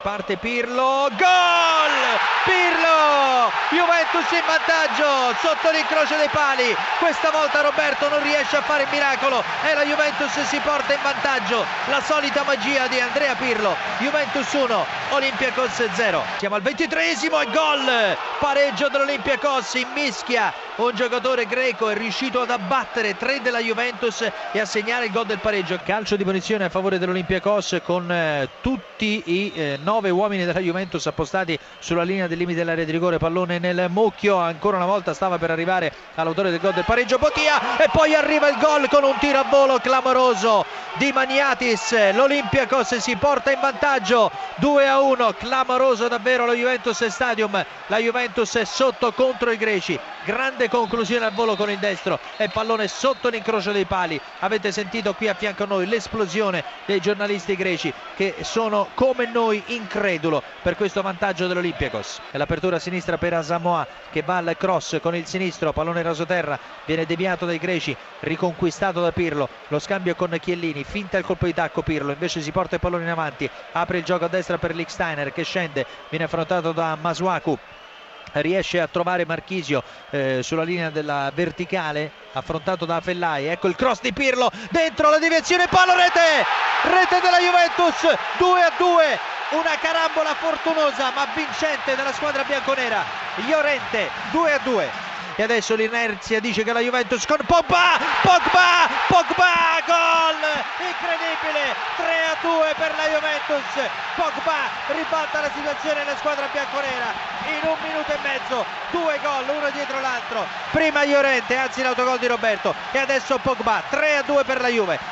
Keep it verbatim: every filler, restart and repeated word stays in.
Parte Pirlo, gol! Pirlo! Juventus in vantaggio sotto l'incrocio dei pali. Questa volta Roberto non riesce a fare il miracolo e la Juventus si porta in vantaggio. La solita magia di Andrea Pirlo. Juventus uno, Olympiacos zero. Siamo al ventitreesimo e gol! Pareggio dell'Olympiacos, in mischia un giocatore greco è riuscito ad abbattere tre della Juventus e a segnare il gol del pareggio. Calcio di punizione a favore dell'Olympiacos con eh, tutti i eh, nove uomini della Juventus appostati sulla linea del limite dell'area di rigore, pallone nel mucchio, ancora una volta stava per arrivare all'autore del gol del pareggio Botia e poi arriva il gol con un tiro a volo clamoroso di Maniatis. L'Olympiacos si porta in vantaggio due a uno, clamoroso davvero lo Juventus Stadium. La Juventus è sotto contro i greci, grande conclusione al volo con il destro e pallone sotto l'incrocio dei pali. Avete sentito qui a fianco a noi l'esplosione dei giornalisti greci che sono come noi incredulo per questo vantaggio dell'Olympiacos. E l'apertura a sinistra per Asamoah che va al cross con il sinistro, pallone rasoterra, viene deviato dai greci, riconquistato da Pirlo, lo scambio con Chiellini, finta il colpo di tacco Pirlo, invece si porta il pallone in avanti, apre il gioco a destra per Lichtsteiner che scende, viene affrontato da Masuaku, riesce a trovare Marchisio eh, sulla linea della verticale, affrontato da Fellai. Ecco il cross di Pirlo dentro la deviazione, palo, rete rete della Juventus, due a due, una carambola fortunosa ma vincente della squadra bianconera. Llorente due a due e adesso l'inerzia dice che la Juventus con Pogba Pogba Pogba gol incredibile, tre a due per la Juventus. Pogba ribalta la situazione nella squadra bianconera in un minuto e mezzo, due gol uno dietro l'altro, prima Llorente, anzi l'autogol di Roberto e adesso Pogba, tre a due per la Juve.